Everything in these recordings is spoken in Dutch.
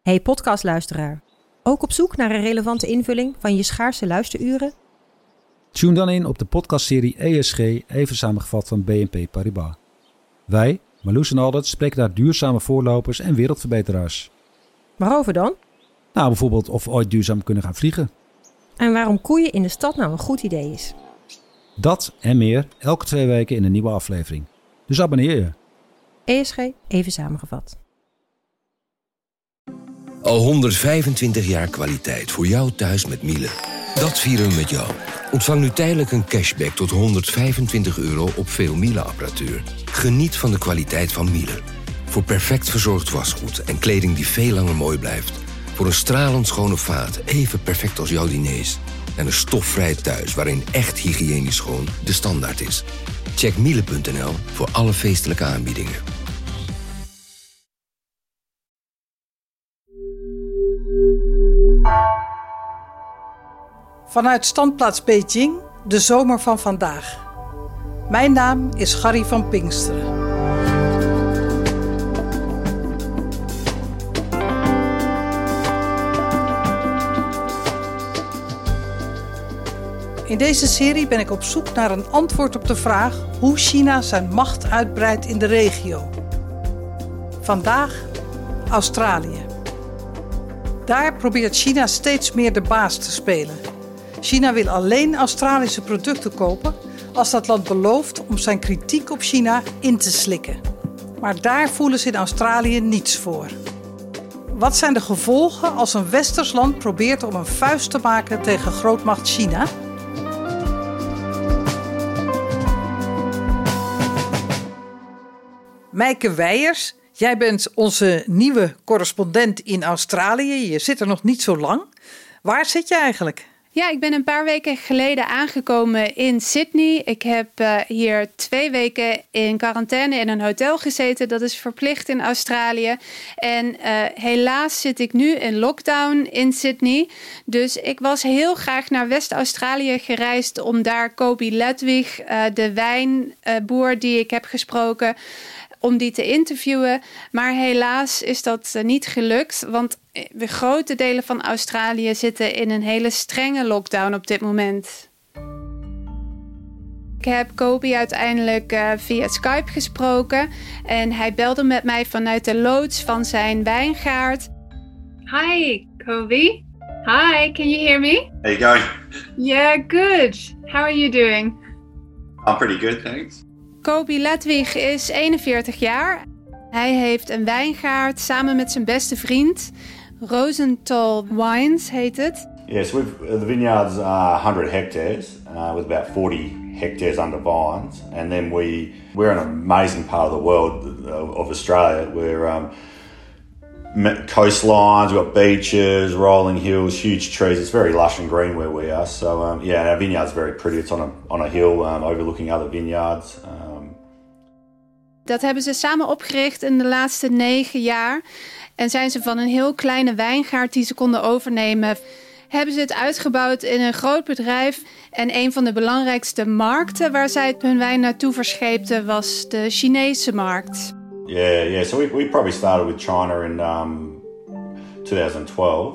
Hey podcastluisteraar, ook op zoek naar een relevante invulling van je schaarse luisteruren? Tune dan in op de podcastserie ESG, even samengevat van BNP Paribas. Wij, Marloes en Aldert, spreken daar duurzame voorlopers en wereldverbeteraars. Waarover dan? Nou, bijvoorbeeld of we ooit duurzaam kunnen gaan vliegen. En waarom koeien in de stad nou een goed idee is. Dat en meer elke 2 weken in een nieuwe aflevering. Dus abonneer je. ESG, even samengevat. Al 125 jaar kwaliteit voor jou thuis met Miele. Dat vieren we met jou. Ontvang nu tijdelijk een cashback tot €125 op veel Miele-apparatuur. Geniet van de kwaliteit van Miele. Voor perfect verzorgd wasgoed en kleding die veel langer mooi blijft. Voor een stralend schone vaat, even perfect als jouw diners. En een stofvrij thuis waarin echt hygiënisch schoon de standaard is. Check miele.nl voor alle feestelijke aanbiedingen. Vanuit standplaats Beijing, de zomer van vandaag. Mijn naam is Garry van Pinksteren. In deze serie ben ik op zoek naar een antwoord op de vraag hoe China zijn macht uitbreidt in de regio. Vandaag Australië. Daar probeert China steeds meer de baas te spelen. China wil alleen Australische producten kopen als dat land belooft om zijn kritiek op China in te slikken. Maar daar voelen ze in Australië niets voor. Wat zijn de gevolgen als een westers land probeert om een vuist te maken tegen grootmacht China? Mijke Weijers, jij bent onze nieuwe correspondent in Australië. Je zit er nog niet zo lang. Waar zit je eigenlijk? Ja, ik ben een paar weken geleden aangekomen in Sydney. Ik heb hier 2 weken in quarantaine in een hotel gezeten. Dat is verplicht in Australië. En helaas zit ik nu in lockdown in Sydney. Dus ik was heel graag naar West-Australië gereisd om daar Kobi Ledwig, de wijnboer die ik heb gesproken, om die te interviewen. Maar helaas is dat niet gelukt, want de grote delen van Australië zitten in een hele strenge lockdown op dit moment. Ik heb Kobi uiteindelijk via Skype gesproken en hij belde met mij vanuit de loods van zijn wijngaard. Hi, Kobi. Hi, can you hear me? How you going? Yeah, good. How are you doing? I'm pretty good, thanks. Kobi Ledwig is 41 jaar. Hij heeft een wijngaard samen met zijn beste vriend. Rosenthal Wines heet het. Yes, the vineyard's 100 hectares with about 40 hectares under vines. And then we're in an amazing part of the world of Australia. We're coastlines, we've got beaches, rolling hills, huge trees. It's very lush and green where we are. So our vineyard's very pretty. It's on a hill overlooking other vineyards. Dat hebben ze samen opgericht in de laatste 9 jaar. En zijn ze van een heel kleine wijngaard die ze konden overnemen, hebben ze het uitgebouwd in een groot bedrijf. En een van de belangrijkste markten waar zij hun wijn naartoe verscheepten was de Chinese markt. Yeah. So we probably started with China in 2012.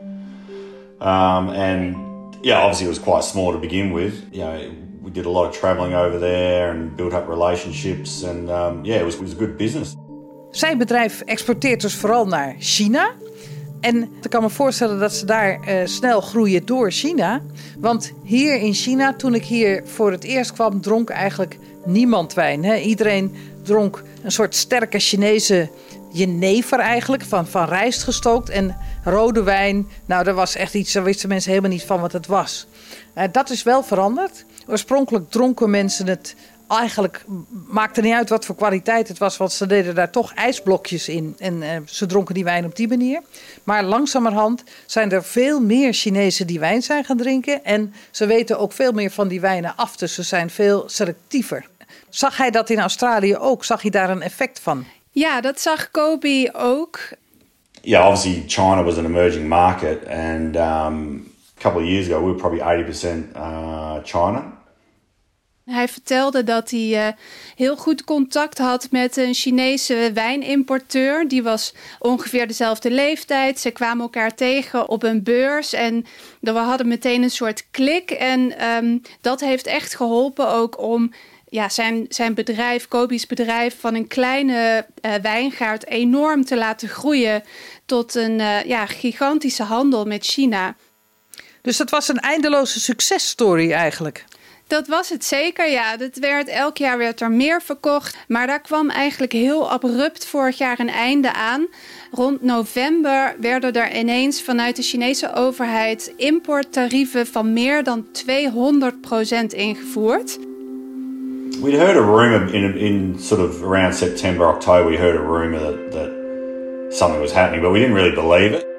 And yeah, obviously it was quite small to begin with. We did a lot of traveling over there and built up relationships. And it was a good business. Zijn bedrijf exporteert dus vooral naar China. En ik kan me voorstellen dat ze daar snel groeien door China. Want hier in China, toen ik hier voor het eerst kwam, dronk eigenlijk niemand wijn. Hè? Iedereen dronk een soort sterke Chinese jenever eigenlijk, van rijst gestookt. En rode wijn, nou dat was echt iets, daar wisten mensen helemaal niet van wat het was. Dat is wel veranderd. Oorspronkelijk dronken mensen het eigenlijk, maakte niet uit wat voor kwaliteit het was, want ze deden daar toch ijsblokjes in. En ze dronken die wijn op die manier. Maar langzamerhand zijn er veel meer Chinezen die wijn zijn gaan drinken. En ze weten ook veel meer van die wijnen af, dus ze zijn veel selectiever. Zag hij dat in Australië ook? Zag hij daar een effect van? Ja, dat zag Kobi ook. Yeah, obviously China was an emerging market. And a couple of years ago, we were probably 80% China. Hij vertelde dat hij heel goed contact had met een Chinese wijnimporteur. Die was ongeveer dezelfde leeftijd. Ze kwamen elkaar tegen op een beurs en we hadden meteen een soort klik. En dat heeft echt geholpen ook om zijn bedrijf, Kobi's bedrijf, van een kleine wijngaard enorm te laten groeien tot een gigantische handel met China. Dus dat was een eindeloze successtory eigenlijk. Dat was het zeker, ja. Elk jaar werd er meer verkocht. Maar daar kwam eigenlijk heel abrupt vorig jaar een einde aan. Rond november werden er ineens vanuit de Chinese overheid importtarieven van meer dan 200% ingevoerd. We'd heard a rumour in sort of around September, October, we heard a rumour that something was happening, but we didn't really believe it.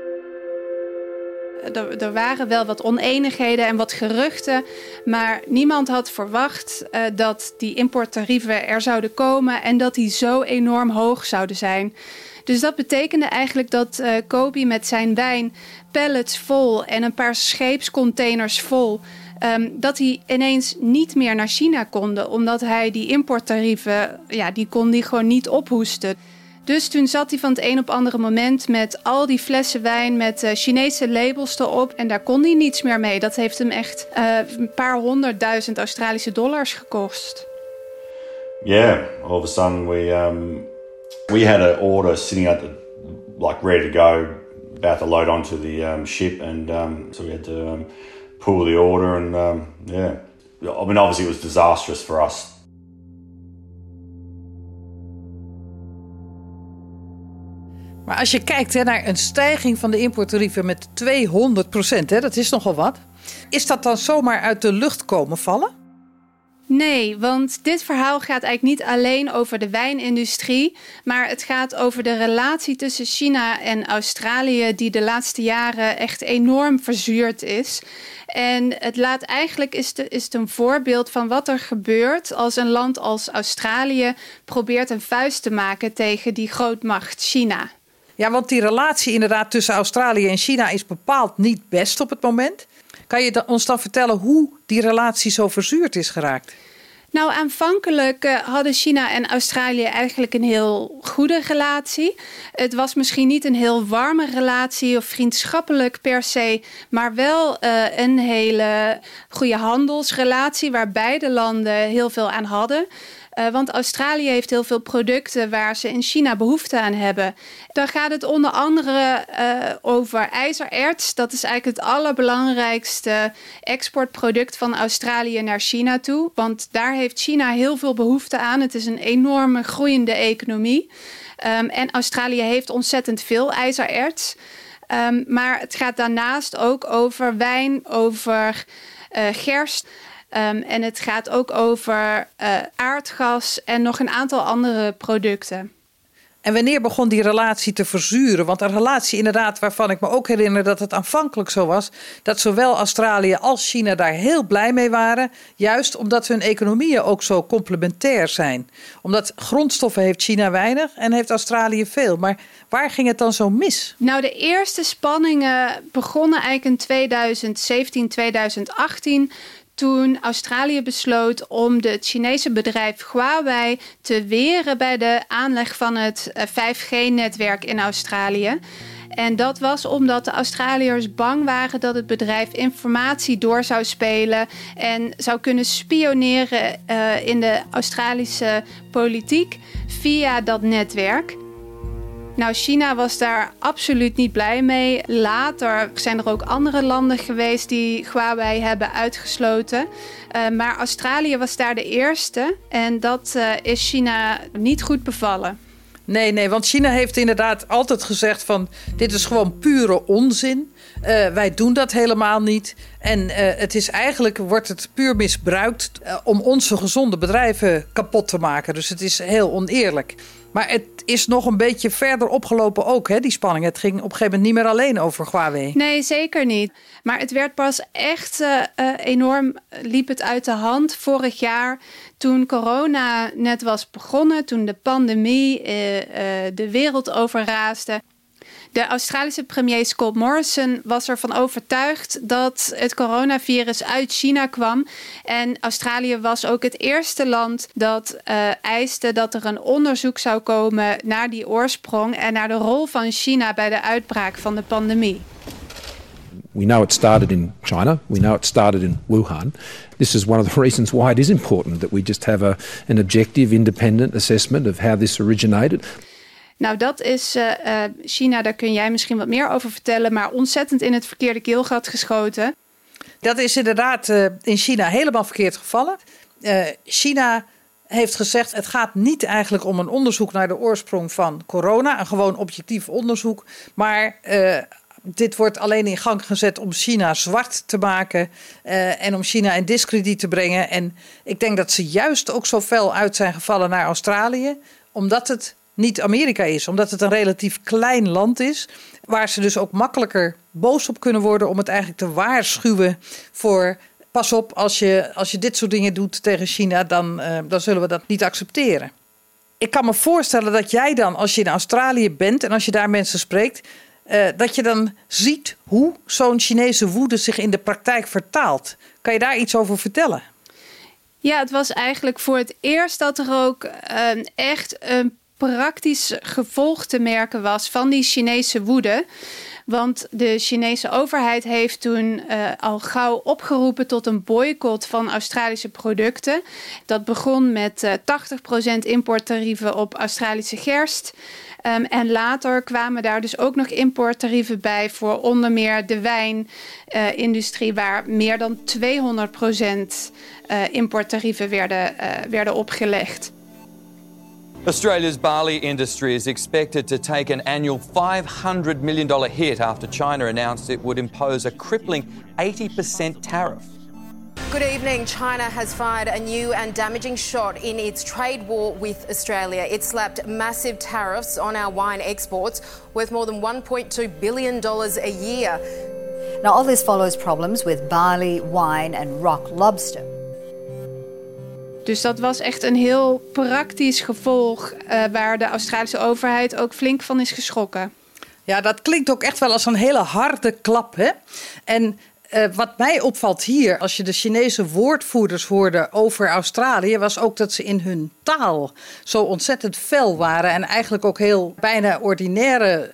Er waren wel wat oneenigheden en wat geruchten, maar niemand had verwacht dat die importtarieven er zouden komen en dat die zo enorm hoog zouden zijn. Dus dat betekende eigenlijk dat Kobi met zijn wijn pallets vol en een paar scheepscontainers vol, dat die ineens niet meer naar China konden, omdat hij die importtarieven, die kon die gewoon niet ophoesten. Dus toen zat hij van het een op andere moment met al die flessen wijn met Chinese labels erop. En daar kon hij niets meer mee. Dat heeft hem echt een paar 100.000 Australische dollars gekost. Yeah, all of a sudden we had an order sitting at ready to go, about to load onto the ship, and so we had to pull the order, and I mean obviously it was disastrous for us. Maar als je kijkt naar een stijging van de importtarieven met 200%, dat is nogal wat. Is dat dan zomaar uit de lucht komen vallen? Nee, want dit verhaal gaat eigenlijk niet alleen over de wijnindustrie, maar het gaat over de relatie tussen China en Australië die de laatste jaren echt enorm verzuurd is. En het laat eigenlijk is het een voorbeeld van wat er gebeurt als een land als Australië probeert een vuist te maken tegen die grootmacht China. Ja, want die relatie inderdaad tussen Australië en China is bepaald niet best op het moment. Kan je ons dan vertellen hoe die relatie zo verzuurd is geraakt? Nou, aanvankelijk hadden China en Australië eigenlijk een heel goede relatie. Het was misschien niet een heel warme relatie of vriendschappelijk per se, maar wel een hele goede handelsrelatie waar beide landen heel veel aan hadden. Want Australië heeft heel veel producten waar ze in China behoefte aan hebben. Dan gaat het onder andere over ijzererts. Dat is eigenlijk het allerbelangrijkste exportproduct van Australië naar China toe. Want daar heeft China heel veel behoefte aan. Het is een enorme groeiende economie. En Australië heeft ontzettend veel ijzererts. Maar het gaat daarnaast ook over wijn, over gerst. En het gaat ook over aardgas en nog een aantal andere producten. En wanneer begon die relatie te verzuren? Want een relatie inderdaad waarvan ik me ook herinner dat het aanvankelijk zo was, dat zowel Australië als China daar heel blij mee waren. Juist omdat hun economieën ook zo complementair zijn. Omdat grondstoffen heeft China weinig en heeft Australië veel. Maar waar ging het dan zo mis? Nou, de eerste spanningen begonnen eigenlijk in 2017, 2018... toen Australië besloot om het Chinese bedrijf Huawei te weren bij de aanleg van het 5G-netwerk in Australië. En dat was omdat de Australiërs bang waren dat het bedrijf informatie door zou spelen en zou kunnen spioneren in de Australische politiek via dat netwerk. Nou, China was daar absoluut niet blij mee. Later zijn er ook andere landen geweest die Huawei hebben uitgesloten. Maar Australië was daar de eerste en dat is China niet goed bevallen. Nee, want China heeft inderdaad altijd gezegd van dit is gewoon pure onzin. Wij doen dat helemaal niet. En het is eigenlijk, wordt het puur misbruikt om onze gezonde bedrijven kapot te maken. Dus het is heel oneerlijk. Maar het is nog een beetje verder opgelopen ook, hè, die spanning. Het ging op een gegeven moment niet meer alleen over Huawei. Nee, zeker niet. Maar het werd pas echt enorm, liep het uit de hand vorig jaar toen corona net was begonnen. Toen de pandemie de wereld overraasde. De Australische premier Scott Morrison was ervan overtuigd dat het coronavirus uit China kwam. En Australië was ook het eerste land dat eiste dat er een onderzoek zou komen naar die oorsprong en naar de rol van China bij de uitbraak van de pandemie. We know it started in China. We know it started in Wuhan. This is one of the reasons why it is important that we just have an objective, independent assessment of how this originated. Nou, dat is China, daar kun jij misschien wat meer over vertellen, maar ontzettend in het verkeerde keelgat geschoten. Dat is inderdaad in China helemaal verkeerd gevallen. China heeft gezegd, het gaat niet eigenlijk om een onderzoek naar de oorsprong van corona, een gewoon objectief onderzoek, maar dit wordt alleen in gang gezet om China zwart te maken en om China in diskrediet te brengen. En ik denk dat ze juist ook zo fel uit zijn gevallen naar Australië, omdat het niet Amerika is, omdat het een relatief klein land is, waar ze dus ook makkelijker boos op kunnen worden om het eigenlijk te waarschuwen voor, pas op, als je dit soort dingen doet tegen China, dan zullen we dat niet accepteren. Ik kan me voorstellen dat jij dan, als je in Australië bent en als je daar mensen spreekt, dat je dan ziet hoe zo'n Chinese woede zich in de praktijk vertaalt. Kan je daar iets over vertellen? Ja, het was eigenlijk voor het eerst dat er ook echt een praktisch gevolg te merken was van die Chinese woede. Want de Chinese overheid heeft toen al gauw opgeroepen tot een boycott van Australische producten. Dat begon met 80% importtarieven op Australische gerst. En later kwamen daar dus ook nog importtarieven bij voor onder meer de wijnindustrie, waar meer dan 200% importtarieven werden opgelegd. Australia's barley industry is expected to take an annual $500 million hit after China announced it would impose a crippling 80% tariff. Good evening. China has fired a new and damaging shot in its trade war with Australia. It slapped massive tariffs on our wine exports worth more than $1.2 billion a year. Now, all this follows problems with barley, wine and rock lobster. Dus dat was echt een heel praktisch gevolg waar de Australische overheid ook flink van is geschrokken. Ja, dat klinkt ook echt wel als een hele harde klap, hè? En wat mij opvalt hier, als je de Chinese woordvoerders hoorde over Australië, was ook dat ze in hun taal zo ontzettend fel waren en eigenlijk ook heel bijna ordinaire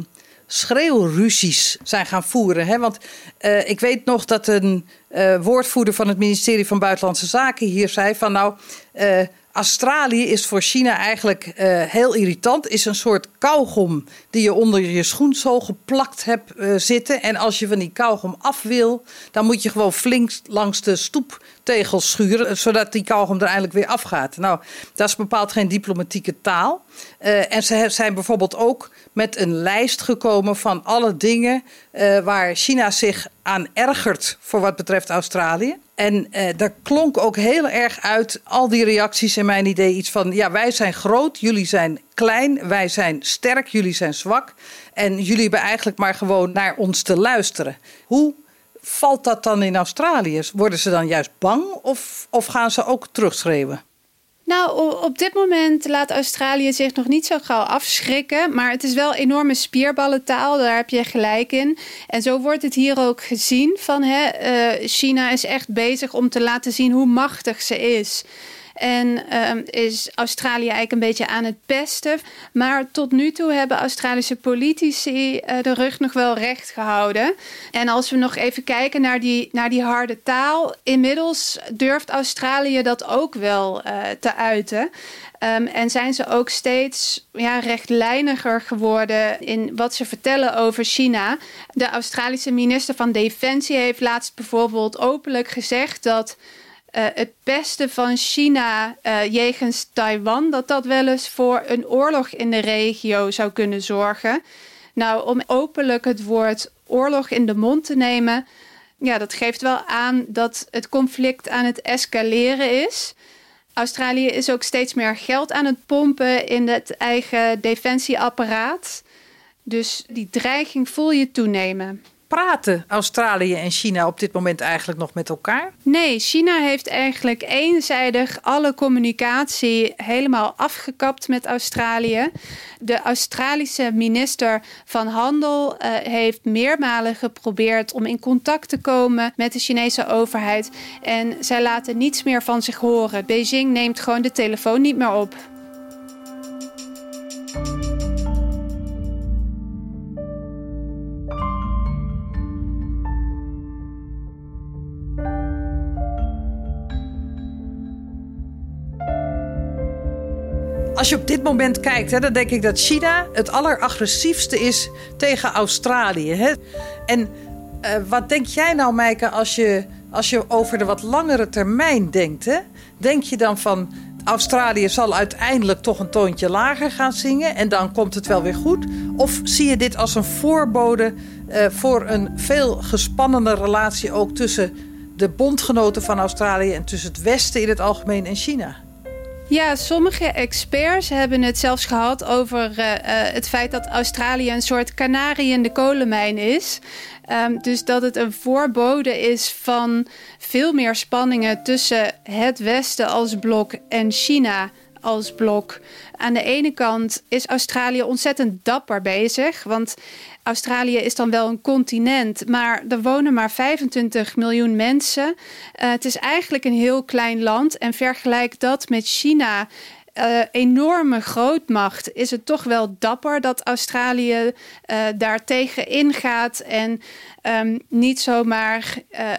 schreeuwruzies zijn gaan voeren. Hè? Want ik weet nog dat een woordvoerder van het ministerie van Buitenlandse Zaken hier zei van Australië is voor China eigenlijk heel irritant. Is een soort kauwgom die je onder je schoenzool geplakt hebt zitten. En als je van die kauwgom af wil, dan moet je gewoon flink langs de stoeptegels schuren, zodat die kauwgom er eindelijk weer afgaat. Nou, dat is bepaald geen diplomatieke taal. En ze zijn bijvoorbeeld ook met een lijst gekomen van alle dingen waar China zich aan ergert voor wat betreft Australië. En daar klonk ook heel erg uit, al die reacties in mijn idee, iets van, ja, wij zijn groot, jullie zijn klein, wij zijn sterk, jullie zijn zwak. En jullie hebben eigenlijk maar gewoon naar ons te luisteren. Hoe valt dat dan in Australië? Worden ze dan juist bang of gaan ze ook terugschreeuwen? Nou, op dit moment laat Australië zich nog niet zo gauw afschrikken. Maar het is wel enorme spierballentaal, daar heb je gelijk in. En zo wordt het hier ook gezien van China is echt bezig om te laten zien hoe machtig ze is. En is Australië eigenlijk een beetje aan het pesten. Maar tot nu toe hebben Australische politici de rug nog wel recht gehouden. En als we nog even kijken naar die harde taal. Inmiddels durft Australië dat ook wel te uiten. En zijn ze ook steeds rechtlijniger geworden in wat ze vertellen over China. De Australische minister van Defensie heeft laatst bijvoorbeeld openlijk gezegd dat het pesten van China jegens Taiwan, dat wel eens voor een oorlog in de regio zou kunnen zorgen. Nou, om openlijk het woord oorlog in de mond te nemen, ja, dat geeft wel aan dat het conflict aan het escaleren is. Australië is ook steeds meer geld aan het pompen in het eigen defensieapparaat. Dus die dreiging voel je toenemen. praten Australië en China op dit moment eigenlijk nog met elkaar? Nee, China heeft eigenlijk eenzijdig alle communicatie helemaal afgekapt met Australië. De Australische minister van Handel heeft meermalen geprobeerd om in contact te komen met de Chinese overheid. En zij laten niets meer van zich horen. Beijing neemt gewoon de telefoon niet meer op. Als je op dit moment kijkt, dan denk ik dat China het alleragressiefste is tegen Australië. En wat denk jij nou, Meike, als je over de wat langere termijn denkt? Denk je dan van Australië zal uiteindelijk toch een toontje lager gaan zingen en dan komt het wel weer goed? Of zie je dit als een voorbode voor een veel gespannender relatie ook tussen de bondgenoten van Australië en tussen het Westen in het algemeen en China? Ja, sommige experts hebben het zelfs gehad over het feit dat Australië een soort kanarie in de kolenmijn is. Dus dat het een voorbode is van veel meer spanningen tussen het Westen als blok en China als blok. Aan de ene kant is Australië ontzettend dapper bezig, want Australië is dan wel een continent, maar er wonen maar 25 miljoen mensen. Het is eigenlijk een heel klein land en vergelijk dat met China, enorme grootmacht, is het toch wel dapper dat Australië daar tegen ingaat en niet zomaar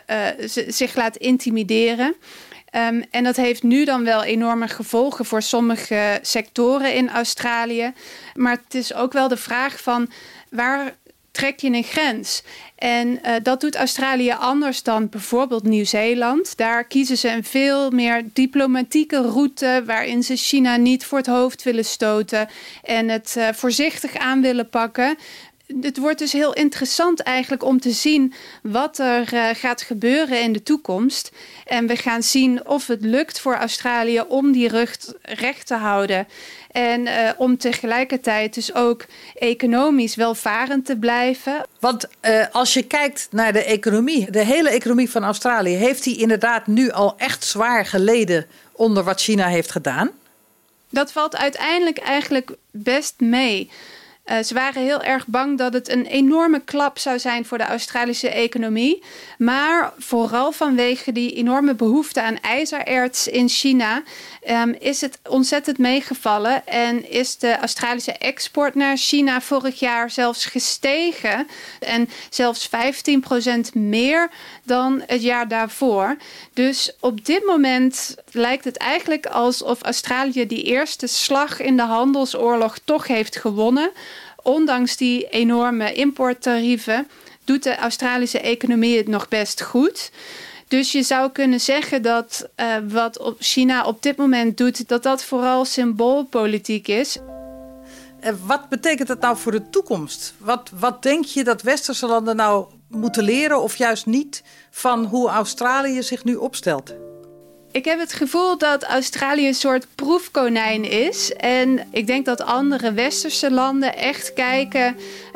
zich laat intimideren. En dat heeft nu dan wel enorme gevolgen voor sommige sectoren in Australië. Maar het is ook wel de vraag van waar trek je een grens? En dat doet Australië anders dan bijvoorbeeld Nieuw-Zeeland. Daar kiezen ze een veel meer diplomatieke route waarin ze China niet voor het hoofd willen stoten en het voorzichtig aan willen pakken. Het wordt dus heel interessant eigenlijk om te zien wat er gaat gebeuren in de toekomst. En we gaan zien of het lukt voor Australië om die rug recht te houden. En om tegelijkertijd dus ook economisch welvarend te blijven. Want als je kijkt naar de economie, de hele economie van Australië, heeft die inderdaad nu al echt zwaar geleden onder wat China heeft gedaan? Dat valt uiteindelijk eigenlijk best mee. Ze waren heel erg bang dat het een enorme klap zou zijn voor de Australische economie. Maar vooral vanwege die enorme behoefte aan ijzererts in China is het ontzettend meegevallen. En is de Australische export naar China vorig jaar zelfs gestegen. En zelfs 15% meer dan het jaar daarvoor. Dus op dit moment lijkt het eigenlijk alsof Australië die eerste slag in de handelsoorlog toch heeft gewonnen. Ondanks die enorme importtarieven doet de Australische economie het nog best goed. Dus je zou kunnen zeggen dat wat China op dit moment doet, dat vooral symboolpolitiek is. Wat betekent dat nou voor de toekomst? Wat denk je dat westerse landen nou moeten leren of juist niet van hoe Australië zich nu opstelt? Ik heb het gevoel dat Australië een soort proefkonijn is. En ik denk dat andere westerse landen echt kijken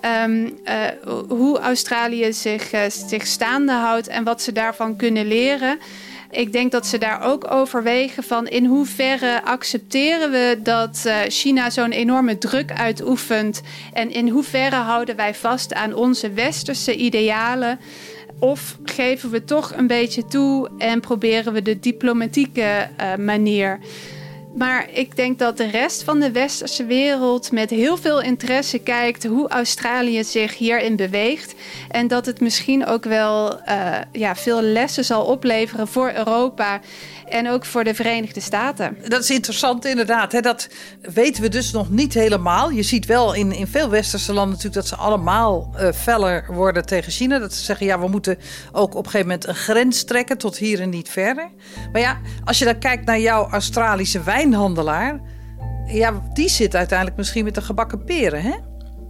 hoe Australië zich staande houdt en wat ze daarvan kunnen leren. Ik denk dat ze daar ook overwegen van in hoeverre accepteren we dat China zo'n enorme druk uitoefent. En in hoeverre houden wij vast aan onze westerse idealen. Of geven we toch een beetje toe en proberen we de diplomatieke manier. Maar ik denk dat de rest van de westerse wereld met heel veel interesse kijkt hoe Australië zich hierin beweegt. En dat het misschien ook wel veel lessen zal opleveren voor Europa en ook voor de Verenigde Staten. Dat is interessant inderdaad. Dat weten we dus nog niet helemaal. Je ziet wel in veel westerse landen natuurlijk dat ze allemaal feller worden tegen China. Dat ze zeggen, ja, we moeten ook op een gegeven moment een grens trekken tot hier en niet verder. Maar ja, als je dan kijkt naar jouw Australische wijnhandelaar, ja, die zit uiteindelijk misschien met de gebakken peren, hè?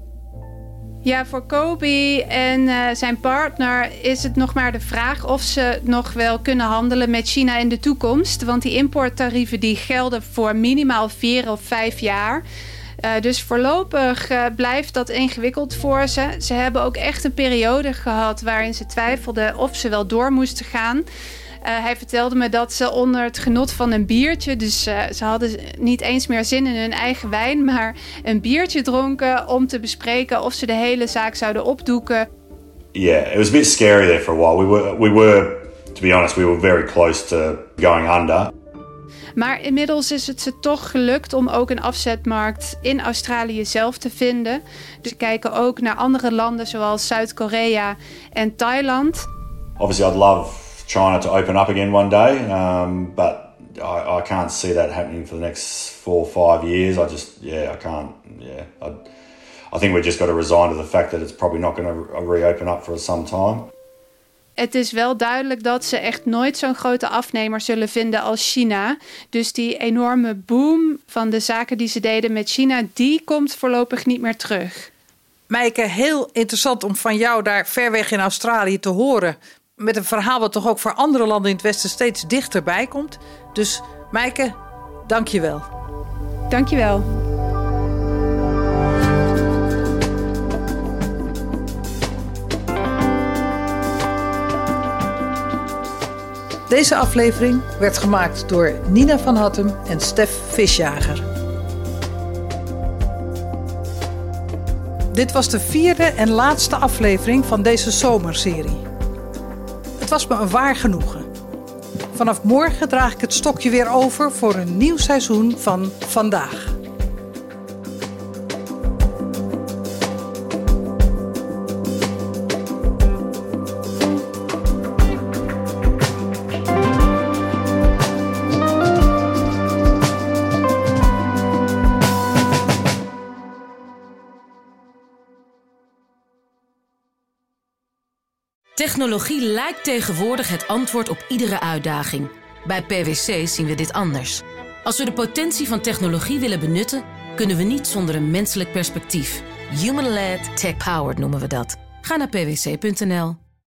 Ja, voor Kobe en zijn partner is het nog maar de vraag of ze nog wel kunnen handelen met China in de toekomst. Want die importtarieven die gelden voor minimaal 4 of 5 jaar. Dus voorlopig blijft dat ingewikkeld voor ze. Ze hebben ook echt een periode gehad waarin ze twijfelden of ze wel door moesten gaan. Hij vertelde me dat ze onder het genot van een biertje... dus ze hadden niet eens meer zin in hun eigen wijn... maar een biertje dronken om te bespreken of ze de hele zaak zouden opdoeken. Yeah, it was a bit scary there for a while. We were, to be honest, we were very close to going under. Maar inmiddels is het ze toch gelukt om ook een afzetmarkt in Australië zelf te vinden. Dus ze kijken ook naar andere landen zoals Zuid-Korea en Thailand. Obviously, I'd love China to open up again one day, but I can't see that happening for the next 4 or 5 years. I can't. Yeah, I think we just got to resign to the fact that it's probably not going to reopen up for some time. Het is wel duidelijk dat ze echt nooit zo'n grote afnemer zullen vinden als China. Dus die enorme boom van de zaken die ze deden met China, die komt voorlopig niet meer terug. Meike, heel interessant om van jou daar ver weg in Australië te horen. Met een verhaal wat toch ook voor andere landen in het Westen steeds dichterbij komt. Dus Meike, dank je wel. Dank je wel. Deze aflevering werd gemaakt door Nina van Hattem en Stef Visjager. Dit was de 4e en laatste aflevering van deze zomerserie. Het was me een waar genoegen. Vanaf morgen draag ik het stokje weer over voor een nieuw seizoen van Vandaag. Technologie lijkt tegenwoordig het antwoord op iedere uitdaging. Bij PwC zien we dit anders. Als we de potentie van technologie willen benutten, kunnen we niet zonder een menselijk perspectief. Human-led, tech-powered noemen we dat. Ga naar pwc.nl.